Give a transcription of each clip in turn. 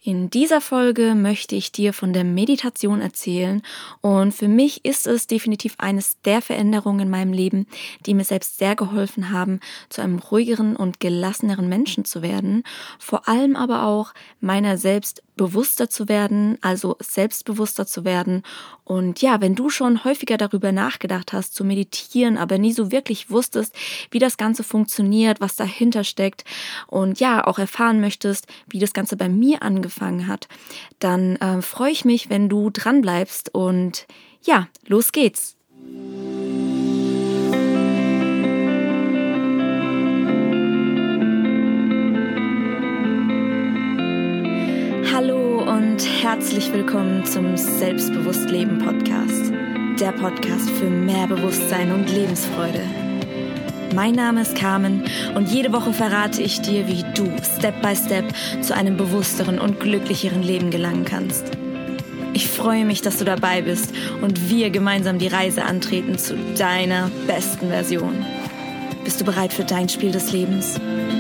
In dieser Folge möchte ich dir von der Meditation erzählen und für mich ist es definitiv eines der Veränderungen in meinem Leben, die mir selbst sehr geholfen haben, zu einem ruhigeren und gelasseneren Menschen zu werden, vor allem aber auch meiner selbst bewusster zu werden, also selbstbewusster zu werden. Und ja, wenn du schon häufiger darüber nachgedacht hast, zu meditieren, aber nie so wirklich wusstest, wie das Ganze funktioniert, was dahinter steckt und ja, auch erfahren möchtest, wie das Ganze bei mir angefangen hat, dann freue ich mich, wenn du dran bleibst und ja, los geht's. Hallo und herzlich willkommen zum Selbstbewusst-Leben Podcast. Der Podcast für mehr Bewusstsein und Lebensfreude. Mein Name ist Carmen und jede Woche verrate ich dir, wie du Step by Step zu einem bewussteren und glücklicheren Leben gelangen kannst. Ich freue mich, dass du dabei bist und wir gemeinsam die Reise antreten zu deiner besten Version. Bist du bereit für dein Spiel des Lebens?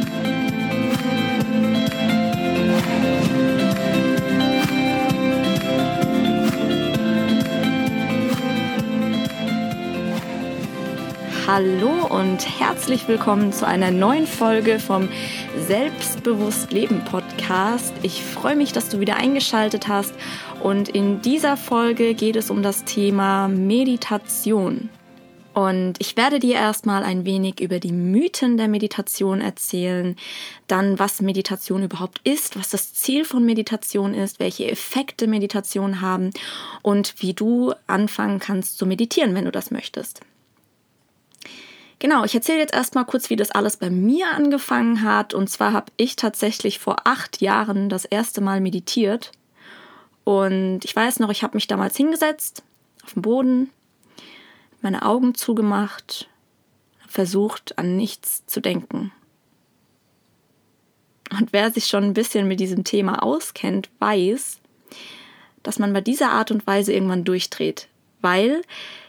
Hallo und herzlich willkommen zu einer neuen Folge vom Selbstbewusst Leben Podcast. Ich freue mich, dass du wieder eingeschaltet hast und in dieser Folge geht es um das Thema Meditation. Und ich werde dir erstmal ein wenig über die Mythen der Meditation erzählen, dann was Meditation überhaupt ist, was das Ziel von Meditation ist, welche Effekte Meditation haben und wie du anfangen kannst zu meditieren, wenn du das möchtest. Genau, ich erzähle jetzt erstmal kurz, wie das alles bei mir angefangen hat. Und zwar habe ich tatsächlich vor 8 Jahren das erste Mal meditiert. Und ich weiß noch, ich habe mich damals hingesetzt, auf dem Boden, meine Augen zugemacht, versucht, an nichts zu denken. Und wer sich schon ein bisschen mit diesem Thema auskennt, weiß, dass man bei dieser Art und Weise irgendwann durchdreht. Weil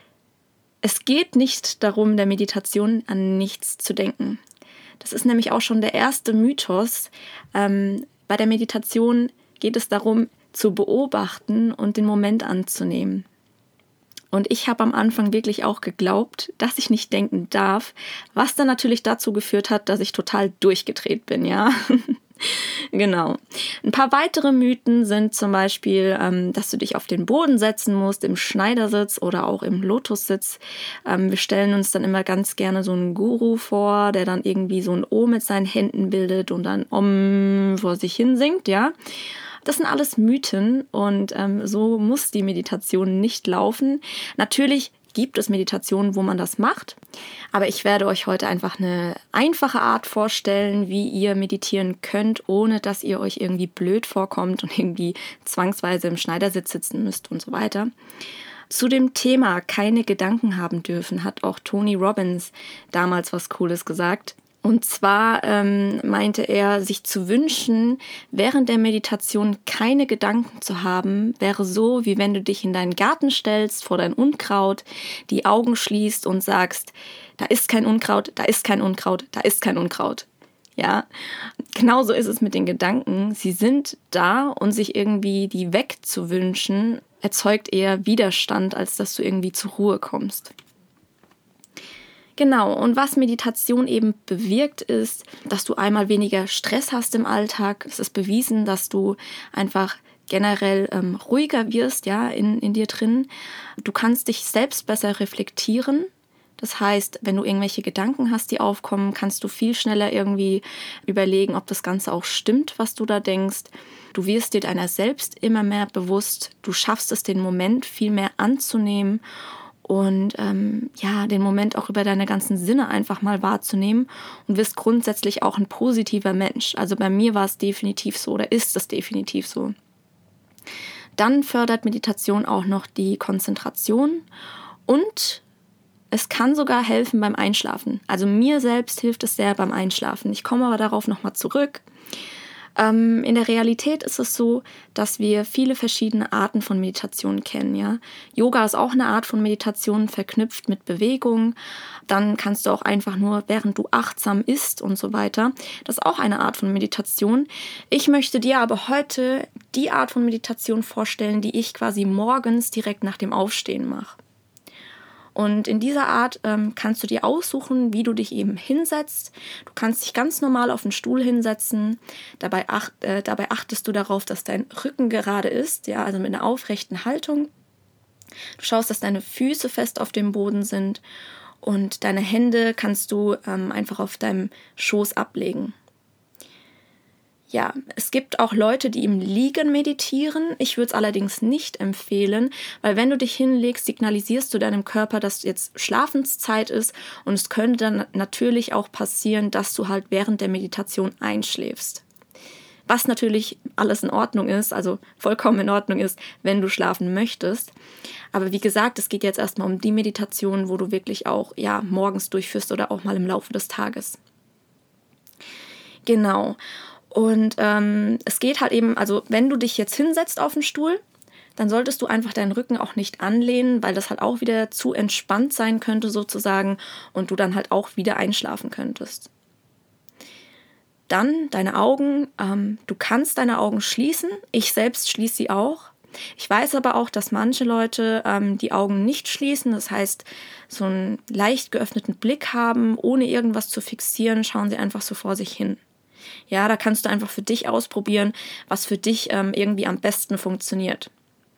es geht nicht darum, der Meditation an nichts zu denken. Das ist nämlich auch schon der erste Mythos. Bei der Meditation geht es darum, zu beobachten und den Moment anzunehmen. Und ich habe am Anfang wirklich auch geglaubt, dass ich nicht denken darf, was dann natürlich dazu geführt hat, dass ich total durchgedreht bin, ja. Genau. Ein paar weitere Mythen sind zum Beispiel, dass du dich auf den Boden setzen musst, im Schneidersitz oder auch im Lotussitz. Wir stellen uns dann immer ganz gerne so einen Guru vor, der dann irgendwie so ein O mit seinen Händen bildet und dann Om vor sich hin singt, ja. Das sind alles Mythen und so muss die Meditation nicht laufen. Natürlich gibt es Meditationen, wo man das macht, aber ich werde euch heute einfach eine einfache Art vorstellen, wie ihr meditieren könnt, ohne dass ihr euch irgendwie blöd vorkommt und irgendwie zwangsweise im Schneidersitz sitzen müsst und so weiter. Zu dem Thema keine Gedanken haben dürfen, hat auch Tony Robbins damals was Cooles gesagt. Und zwar meinte er, sich zu wünschen, während der Meditation keine Gedanken zu haben, wäre so, wie wenn du dich in deinen Garten stellst, vor dein Unkraut, die Augen schließt und sagst, da ist kein Unkraut, da ist kein Unkraut, da ist kein Unkraut. Ja, genauso ist es mit den Gedanken. Sie sind da und sich irgendwie die wegzuwünschen, erzeugt eher Widerstand, als dass du irgendwie zur Ruhe kommst. Genau, und was Meditation eben bewirkt ist, dass du einmal weniger Stress hast im Alltag. Es ist bewiesen, dass du einfach generell ruhiger wirst, ja, in dir drin. Du kannst dich selbst besser reflektieren. Das heißt, wenn du irgendwelche Gedanken hast, die aufkommen, kannst du viel schneller irgendwie überlegen, ob das Ganze auch stimmt, was du da denkst. Du wirst dir deiner selbst immer mehr bewusst. Du schaffst es, den Moment viel mehr anzunehmen und den Moment auch über deine ganzen Sinne einfach mal wahrzunehmen und wirst grundsätzlich auch ein positiver Mensch. Also bei mir war es definitiv so oder ist es definitiv so. Dann fördert Meditation auch noch die Konzentration und es kann sogar helfen beim Einschlafen. Also mir selbst hilft es sehr beim Einschlafen. Ich komme aber darauf nochmal zurück. In der Realität ist es so, dass wir viele verschiedene Arten von Meditation kennen. Ja? Yoga ist auch eine Art von Meditation, verknüpft mit Bewegung. Dann kannst du auch einfach nur, während du achtsam isst und so weiter. Das ist auch eine Art von Meditation. Ich möchte dir aber heute die Art von Meditation vorstellen, die ich quasi morgens direkt nach dem Aufstehen mache. Und in dieser Art kannst du dir aussuchen, wie du dich eben hinsetzt. Du kannst dich ganz normal auf den Stuhl hinsetzen. Dabei achtest du darauf, dass dein Rücken gerade ist, ja, also mit einer aufrechten Haltung. Du schaust, dass deine Füße fest auf dem Boden sind und deine Hände kannst du einfach auf deinem Schoß ablegen. Ja, es gibt auch Leute, die im Liegen meditieren. Ich würde es allerdings nicht empfehlen, weil wenn du dich hinlegst, signalisierst du deinem Körper, dass jetzt Schlafenszeit ist und es könnte dann natürlich auch passieren, dass du halt während der Meditation einschläfst. Was natürlich alles in Ordnung ist, also vollkommen in Ordnung ist, wenn du schlafen möchtest. Aber wie gesagt, es geht jetzt erstmal um die Meditation, wo du wirklich auch morgens durchführst oder auch mal im Laufe des Tages. Genau. Und es geht halt eben, also wenn du dich jetzt hinsetzt auf den Stuhl, dann solltest du einfach deinen Rücken auch nicht anlehnen, weil das halt auch wieder zu entspannt sein könnte sozusagen und du dann halt auch wieder einschlafen könntest. Dann deine Augen, du kannst deine Augen schließen, ich selbst schließe sie auch. Ich weiß aber auch, dass manche Leute die Augen nicht schließen, das heißt so einen leicht geöffneten Blick haben, ohne irgendwas zu fixieren, schauen sie einfach so vor sich hin. Ja, da kannst du einfach für dich ausprobieren, was für dich irgendwie am besten funktioniert.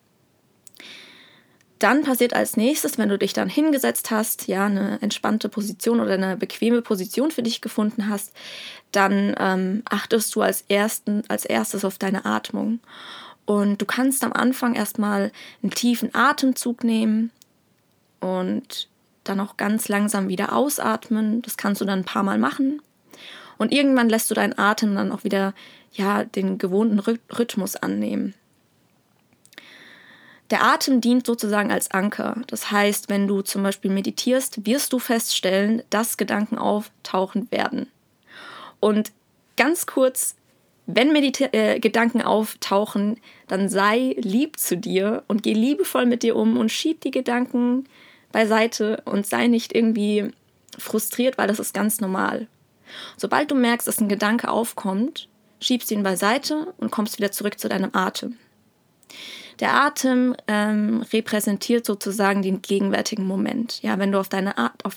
Dann passiert als nächstes, wenn du dich dann hingesetzt hast, ja, eine entspannte Position oder eine bequeme Position für dich gefunden hast, dann achtest du als erstes auf deine Atmung. Und du kannst am Anfang erstmal einen tiefen Atemzug nehmen und dann auch ganz langsam wieder ausatmen. Das kannst du dann ein paar Mal machen. Und irgendwann lässt du deinen Atem dann auch wieder den gewohnten Rhythmus annehmen. Der Atem dient sozusagen als Anker. Das heißt, wenn du zum Beispiel meditierst, wirst du feststellen, dass Gedanken auftauchen werden. Und ganz kurz, wenn Gedanken auftauchen, dann sei lieb zu dir und geh liebevoll mit dir um und schieb die Gedanken beiseite und sei nicht irgendwie frustriert, weil das ist ganz normal. Sobald du merkst, dass ein Gedanke aufkommt, schiebst du ihn beiseite und kommst wieder zurück zu deinem Atem. Der Atem repräsentiert sozusagen den gegenwärtigen Moment. Ja, wenn du auf deinen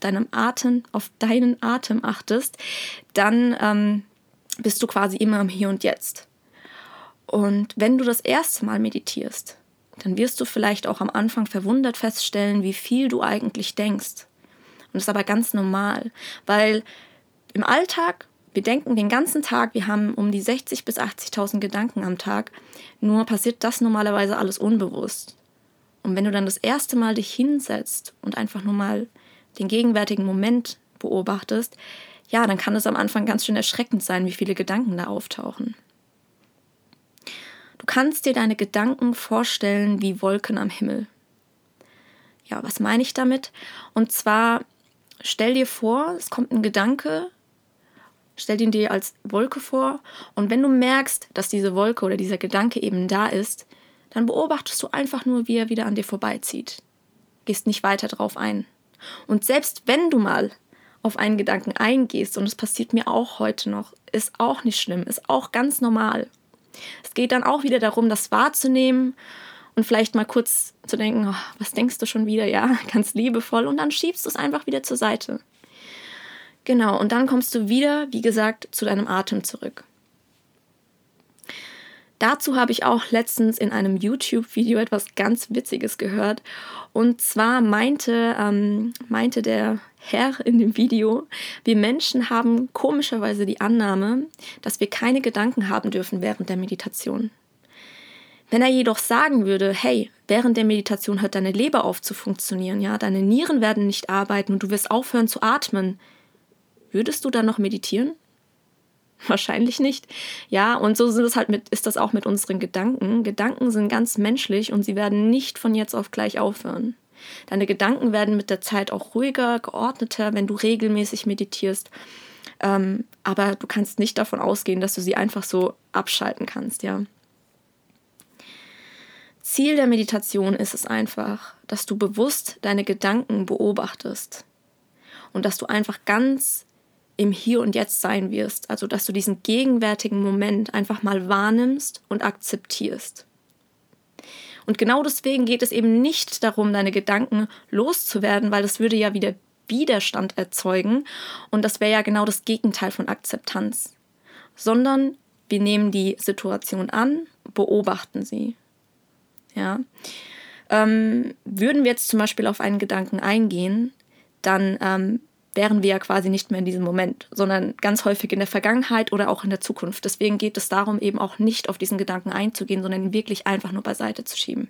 Atem achtest, dann bist du quasi immer im Hier und Jetzt. Und wenn du das erste Mal meditierst, dann wirst du vielleicht auch am Anfang verwundert feststellen, wie viel du eigentlich denkst. Und das ist aber ganz normal, weil im Alltag, wir denken den ganzen Tag, wir haben um die 60.000 bis 80.000 Gedanken am Tag, nur passiert das normalerweise alles unbewusst. Und wenn du dann das erste Mal dich hinsetzt und einfach nur mal den gegenwärtigen Moment beobachtest, ja, dann kann es am Anfang ganz schön erschreckend sein, wie viele Gedanken da auftauchen. Du kannst dir deine Gedanken vorstellen wie Wolken am Himmel. Ja, was meine ich damit? Und zwar, stell dir vor, es kommt ein Gedanke, stell ihn dir als Wolke vor und wenn du merkst, dass diese Wolke oder dieser Gedanke eben da ist, dann beobachtest du einfach nur, wie er wieder an dir vorbeizieht. Gehst nicht weiter drauf ein. Und selbst wenn du mal auf einen Gedanken eingehst, und es passiert mir auch heute noch, ist auch nicht schlimm, ist auch ganz normal. Es geht dann auch wieder darum, das wahrzunehmen und vielleicht mal kurz zu denken, oh, was denkst du schon wieder? Ja, ganz liebevoll und dann schiebst du es einfach wieder zur Seite. Genau, und dann kommst du wieder, wie gesagt, zu deinem Atem zurück. Dazu habe ich auch letztens in einem YouTube-Video etwas ganz Witziges gehört. Und zwar meinte der Herr in dem Video, wir Menschen haben komischerweise die Annahme, dass wir keine Gedanken haben dürfen während der Meditation. Wenn er jedoch sagen würde, hey, während der Meditation hört deine Leber auf zu funktionieren, ja, deine Nieren werden nicht arbeiten und du wirst aufhören zu atmen, würdest du dann noch meditieren? Wahrscheinlich nicht. Ja, und so ist das auch mit unseren Gedanken. Gedanken sind ganz menschlich und sie werden nicht von jetzt auf gleich aufhören. Deine Gedanken werden mit der Zeit auch ruhiger, geordneter, wenn du regelmäßig meditierst. aber du kannst nicht davon ausgehen, dass du sie einfach so abschalten kannst, ja. Ziel der Meditation ist es einfach, dass du bewusst deine Gedanken beobachtest und dass du einfach ganz im Hier und Jetzt sein wirst, also dass du diesen gegenwärtigen Moment einfach mal wahrnimmst und akzeptierst. Und genau deswegen geht es eben nicht darum, deine Gedanken loszuwerden, weil das würde ja wieder Widerstand erzeugen und das wäre ja genau das Gegenteil von Akzeptanz, sondern wir nehmen die Situation an, beobachten sie. Ja. Würden wir jetzt zum Beispiel auf einen Gedanken eingehen, dann wären wir ja quasi nicht mehr in diesem Moment, sondern ganz häufig in der Vergangenheit oder auch in der Zukunft. Deswegen geht es darum, eben auch nicht auf diesen Gedanken einzugehen, sondern ihn wirklich einfach nur beiseite zu schieben.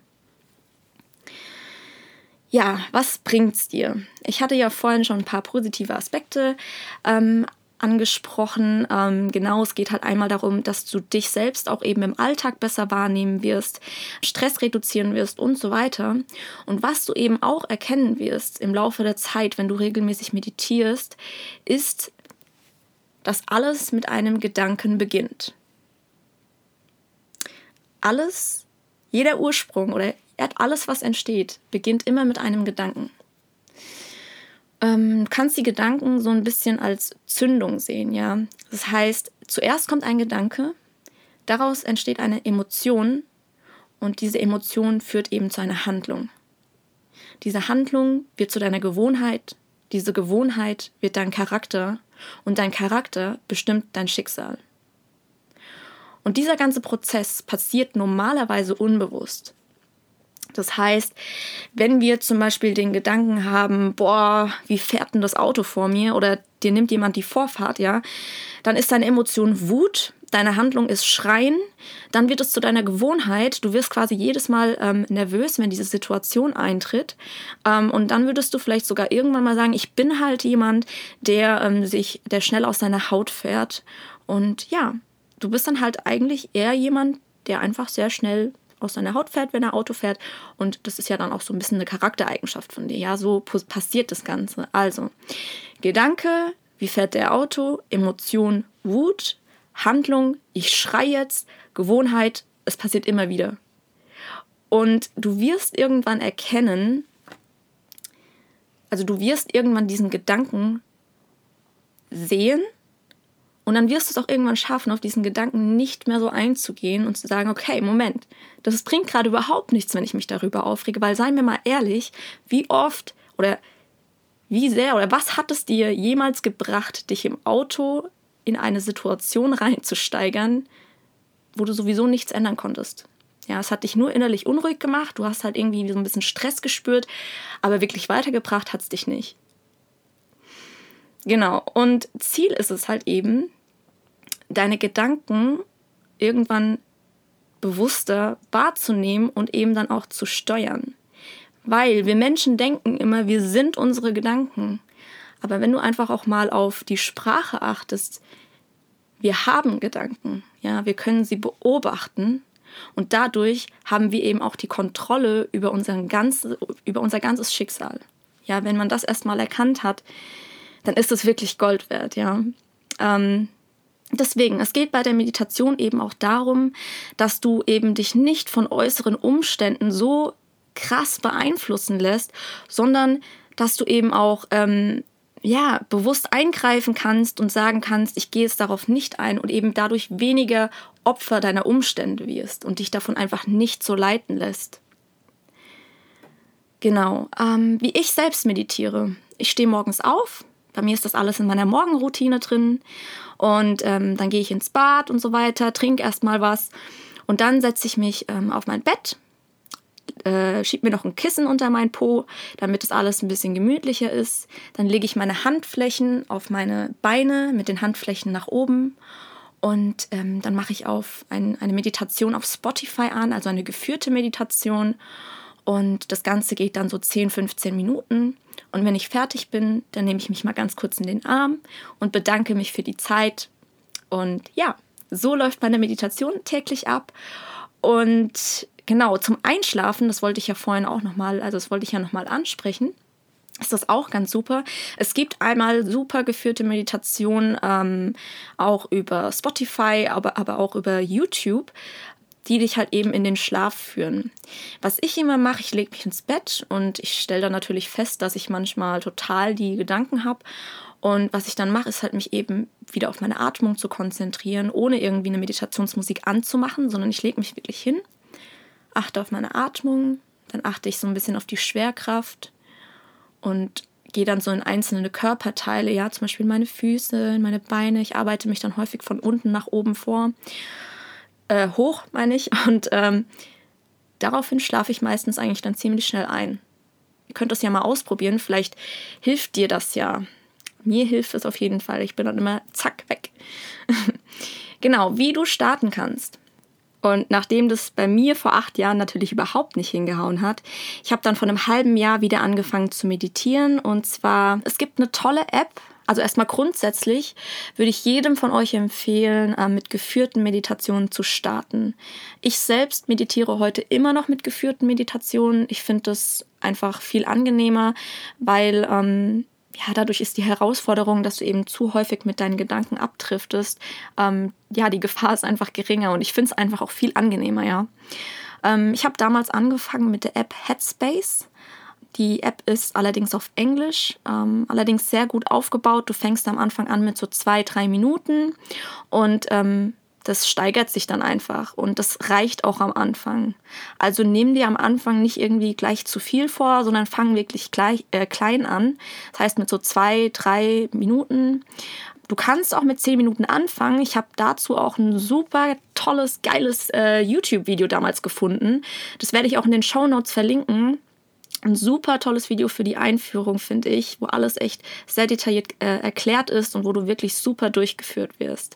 Ja, was bringt's dir? Ich hatte ja vorhin schon ein paar positive Aspekte angesprochen. Genau, es geht halt einmal darum, dass du dich selbst auch eben im Alltag besser wahrnehmen wirst, Stress reduzieren wirst und so weiter. Und was du eben auch erkennen wirst im Laufe der Zeit, wenn du regelmäßig meditierst, ist, dass alles mit einem Gedanken beginnt. Alles, jeder Ursprung oder alles, was entsteht, beginnt immer mit einem Gedanken. Du kannst die Gedanken so ein bisschen als Zündung sehen, ja. Das heißt, zuerst kommt ein Gedanke, daraus entsteht eine Emotion und diese Emotion führt eben zu einer Handlung. Diese Handlung wird zu deiner Gewohnheit, diese Gewohnheit wird dein Charakter und dein Charakter bestimmt dein Schicksal. Und dieser ganze Prozess passiert normalerweise unbewusst. Das heißt, wenn wir zum Beispiel den Gedanken haben, boah, wie fährt denn das Auto vor mir oder dir nimmt jemand die Vorfahrt, ja, dann ist deine Emotion Wut, deine Handlung ist Schreien, dann wird es zu deiner Gewohnheit, du wirst quasi jedes Mal nervös, wenn diese Situation eintritt und dann würdest du vielleicht sogar irgendwann mal sagen, ich bin halt jemand, der schnell aus seiner Haut fährt und ja, du bist dann halt eigentlich eher jemand, der einfach sehr schnell aus seiner Haut fährt, wenn er Auto fährt. Und das ist ja dann auch so ein bisschen eine Charaktereigenschaft von dir. Ja, so passiert das Ganze. Also, Gedanke, wie fährt der Auto? Emotion, Wut. Handlung, ich schreie jetzt. Gewohnheit, es passiert immer wieder. Und du wirst irgendwann erkennen, also du wirst irgendwann diesen Gedanken sehen. Und dann wirst du es auch irgendwann schaffen, auf diesen Gedanken nicht mehr so einzugehen und zu sagen, okay, Moment, das bringt gerade überhaupt nichts, wenn ich mich darüber aufrege, weil seien wir mal ehrlich, wie oft oder wie sehr oder was hat es dir jemals gebracht, dich im Auto in eine Situation reinzusteigern, wo du sowieso nichts ändern konntest? Ja, es hat dich nur innerlich unruhig gemacht, du hast halt irgendwie so ein bisschen Stress gespürt, aber wirklich weitergebracht hat es dich nicht. Genau, und Ziel ist es halt eben, deine Gedanken irgendwann bewusster wahrzunehmen und eben dann auch zu steuern. Weil wir Menschen denken immer, wir sind unsere Gedanken. Aber wenn du einfach auch mal auf die Sprache achtest, wir haben Gedanken, ja, wir können sie beobachten und dadurch haben wir eben auch die Kontrolle über unser ganzes Schicksal. Ja, wenn man das erstmal erkannt hat, dann ist es wirklich Gold wert, ja. Deswegen, es geht bei der Meditation eben auch darum, dass du eben dich nicht von äußeren Umständen so krass beeinflussen lässt, sondern dass du eben auch bewusst eingreifen kannst und sagen kannst, ich gehe jetzt darauf nicht ein und eben dadurch weniger Opfer deiner Umstände wirst und dich davon einfach nicht so leiten lässt. Genau, wie ich selbst meditiere. Ich stehe morgens auf. Bei mir ist das alles in meiner Morgenroutine drin und dann gehe ich ins Bad und so weiter, trinke erstmal was und dann setze ich mich auf mein Bett, schiebe mir noch ein Kissen unter mein Po, damit das alles ein bisschen gemütlicher ist. Dann lege ich meine Handflächen auf meine Beine mit den Handflächen nach oben und dann mache ich eine Meditation auf Spotify an, also eine geführte Meditation. Und das Ganze geht dann so 10, 15 Minuten. Und wenn ich fertig bin, dann nehme ich mich mal ganz kurz in den Arm und bedanke mich für die Zeit. Und ja, so läuft meine Meditation täglich ab. Und genau, zum Einschlafen, das wollte ich ja nochmal ansprechen. ist das auch ganz super. Es gibt einmal super geführte Meditationen, auch über Spotify, aber auch über YouTube, die dich halt eben in den Schlaf führen. Was ich immer mache, ich lege mich ins Bett und ich stelle dann natürlich fest, dass ich manchmal total die Gedanken habe. Und was ich dann mache, ist halt mich eben wieder auf meine Atmung zu konzentrieren, ohne irgendwie eine Meditationsmusik anzumachen, sondern ich lege mich wirklich hin, achte auf meine Atmung, dann achte ich so ein bisschen auf die Schwerkraft und gehe dann so in einzelne Körperteile, ja, zum Beispiel meine Füße, meine Beine. Ich arbeite mich dann häufig von unten nach oben hoch, meine ich. Und daraufhin schlafe ich meistens eigentlich dann ziemlich schnell ein. Ihr könnt das ja mal ausprobieren, vielleicht hilft dir das ja. Mir hilft es auf jeden Fall. Ich bin dann immer zack, weg. Genau, wie du starten kannst. Und nachdem das bei mir vor 8 Jahren natürlich überhaupt nicht hingehauen hat, ich habe dann vor einem halben Jahr wieder angefangen zu meditieren. Und zwar, es gibt eine tolle App. Also erstmal grundsätzlich würde ich jedem von euch empfehlen, mit geführten Meditationen zu starten. Ich selbst meditiere heute immer noch mit geführten Meditationen. Ich finde das einfach viel angenehmer, weil dadurch ist die Herausforderung, dass du eben zu häufig mit deinen Gedanken abdriftest. Die Gefahr ist einfach geringer und ich finde es einfach auch viel angenehmer, ja. Ich habe damals angefangen mit der App Headspace. Die App ist allerdings auf Englisch, allerdings sehr gut aufgebaut. Du fängst am Anfang an mit so 2-3 Minuten und das steigert sich dann einfach und das reicht auch am Anfang. Also nimm dir am Anfang nicht irgendwie gleich zu viel vor, sondern fang wirklich klein an. Das heißt mit so 2-3 Minuten. Du kannst auch mit 10 Minuten anfangen. Ich habe dazu auch ein super tolles, geiles YouTube-Video damals gefunden. Das werde ich auch in den Shownotes verlinken. Ein super tolles Video für die Einführung, finde ich, wo alles echt sehr detailliert erklärt ist und wo du wirklich super durchgeführt wirst.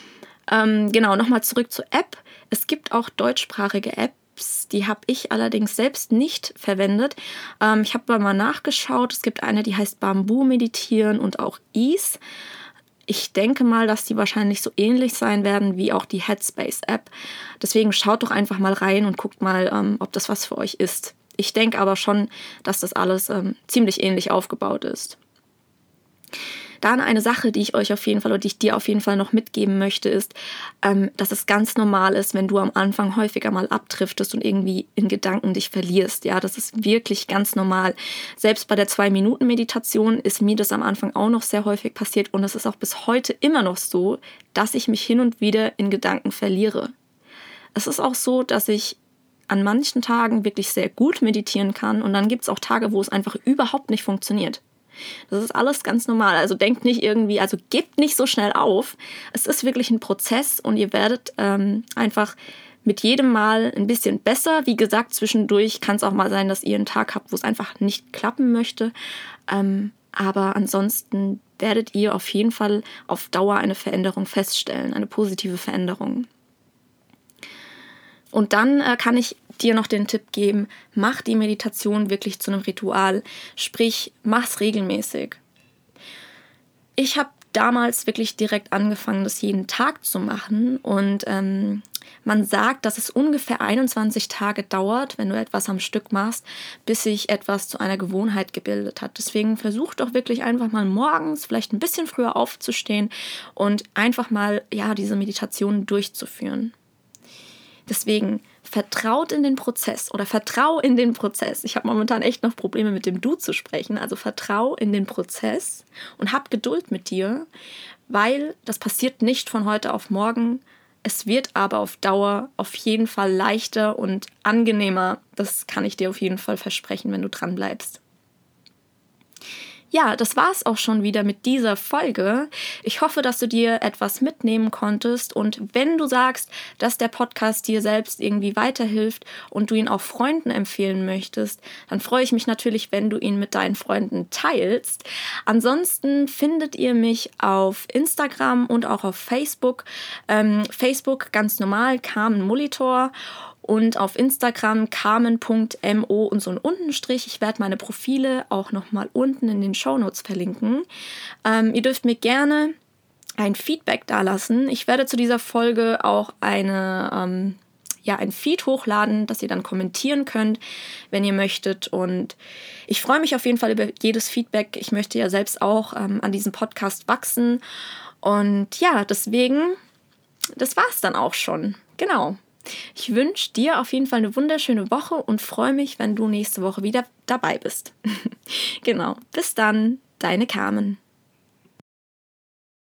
Nochmal zurück zur App. Es gibt auch deutschsprachige Apps, die habe ich allerdings selbst nicht verwendet. Ich habe mal nachgeschaut, es gibt eine, die heißt Bamboo Meditieren und auch Ease. Ich denke mal, dass die wahrscheinlich so ähnlich sein werden wie auch die Headspace-App. Deswegen schaut doch einfach mal rein und guckt mal, ob das was für euch ist. Ich denke aber schon, dass das alles ziemlich ähnlich aufgebaut ist. Dann eine Sache, die ich dir auf jeden Fall noch mitgeben möchte, ist, dass es ganz normal ist, wenn du am Anfang häufiger mal abdriftest und irgendwie in Gedanken dich verlierst. Ja, das ist wirklich ganz normal. Selbst bei der 2-Minuten-Meditation ist mir das am Anfang auch noch sehr häufig passiert und es ist auch bis heute immer noch so, dass ich mich hin und wieder in Gedanken verliere. Es ist auch so, dass ich an manchen Tagen wirklich sehr gut meditieren kann und dann gibt es auch Tage, wo es einfach überhaupt nicht funktioniert. Das ist alles ganz normal. Also gebt nicht so schnell auf. Es ist wirklich ein Prozess und ihr werdet einfach mit jedem Mal ein bisschen besser. Wie gesagt, zwischendurch kann es auch mal sein, dass ihr einen Tag habt, wo es einfach nicht klappen möchte. Aber ansonsten werdet ihr auf jeden Fall auf Dauer eine Veränderung feststellen, eine positive Veränderung. Und dann kann ich dir noch den Tipp geben, mach die Meditation wirklich zu einem Ritual. Sprich, mach's regelmäßig. Ich habe damals wirklich direkt angefangen, das jeden Tag zu machen. Und man sagt, dass es ungefähr 21 Tage dauert, wenn du etwas am Stück machst, bis sich etwas zu einer Gewohnheit gebildet hat. Deswegen versuch doch wirklich einfach mal morgens vielleicht ein bisschen früher aufzustehen und einfach mal diese Meditation durchzuführen. Deswegen vertrau in den Prozess. Ich habe momentan echt noch Probleme mit dem Du zu sprechen. Also vertrau in den Prozess und hab Geduld mit dir, weil das passiert nicht von heute auf morgen. Es wird aber auf Dauer auf jeden Fall leichter und angenehmer. Das kann ich dir auf jeden Fall versprechen, wenn du dran bleibst. Ja, das war's auch schon wieder mit dieser Folge. Ich hoffe, dass du dir etwas mitnehmen konntest und wenn du sagst, dass der Podcast dir selbst irgendwie weiterhilft und du ihn auch Freunden empfehlen möchtest, dann freue ich mich natürlich, wenn du ihn mit deinen Freunden teilst. Ansonsten findet ihr mich auf Instagram und auch auf Facebook. Facebook ganz normal, Carmen Molitor. Und auf Instagram carmen.mo und so ein Untenstrich. Ich werde meine Profile auch nochmal unten in den Shownotes verlinken. Ihr dürft mir gerne ein Feedback dalassen. Ich werde zu dieser Folge auch eine ein Feed hochladen, das ihr dann kommentieren könnt, wenn ihr möchtet. Und ich freue mich auf jeden Fall über jedes Feedback. Ich möchte ja selbst auch an diesem Podcast wachsen. Und ja, deswegen, das war's dann auch schon. Genau. Ich wünsche dir auf jeden Fall eine wunderschöne Woche und freue mich, wenn du nächste Woche wieder dabei bist. Genau. Bis dann, deine Carmen.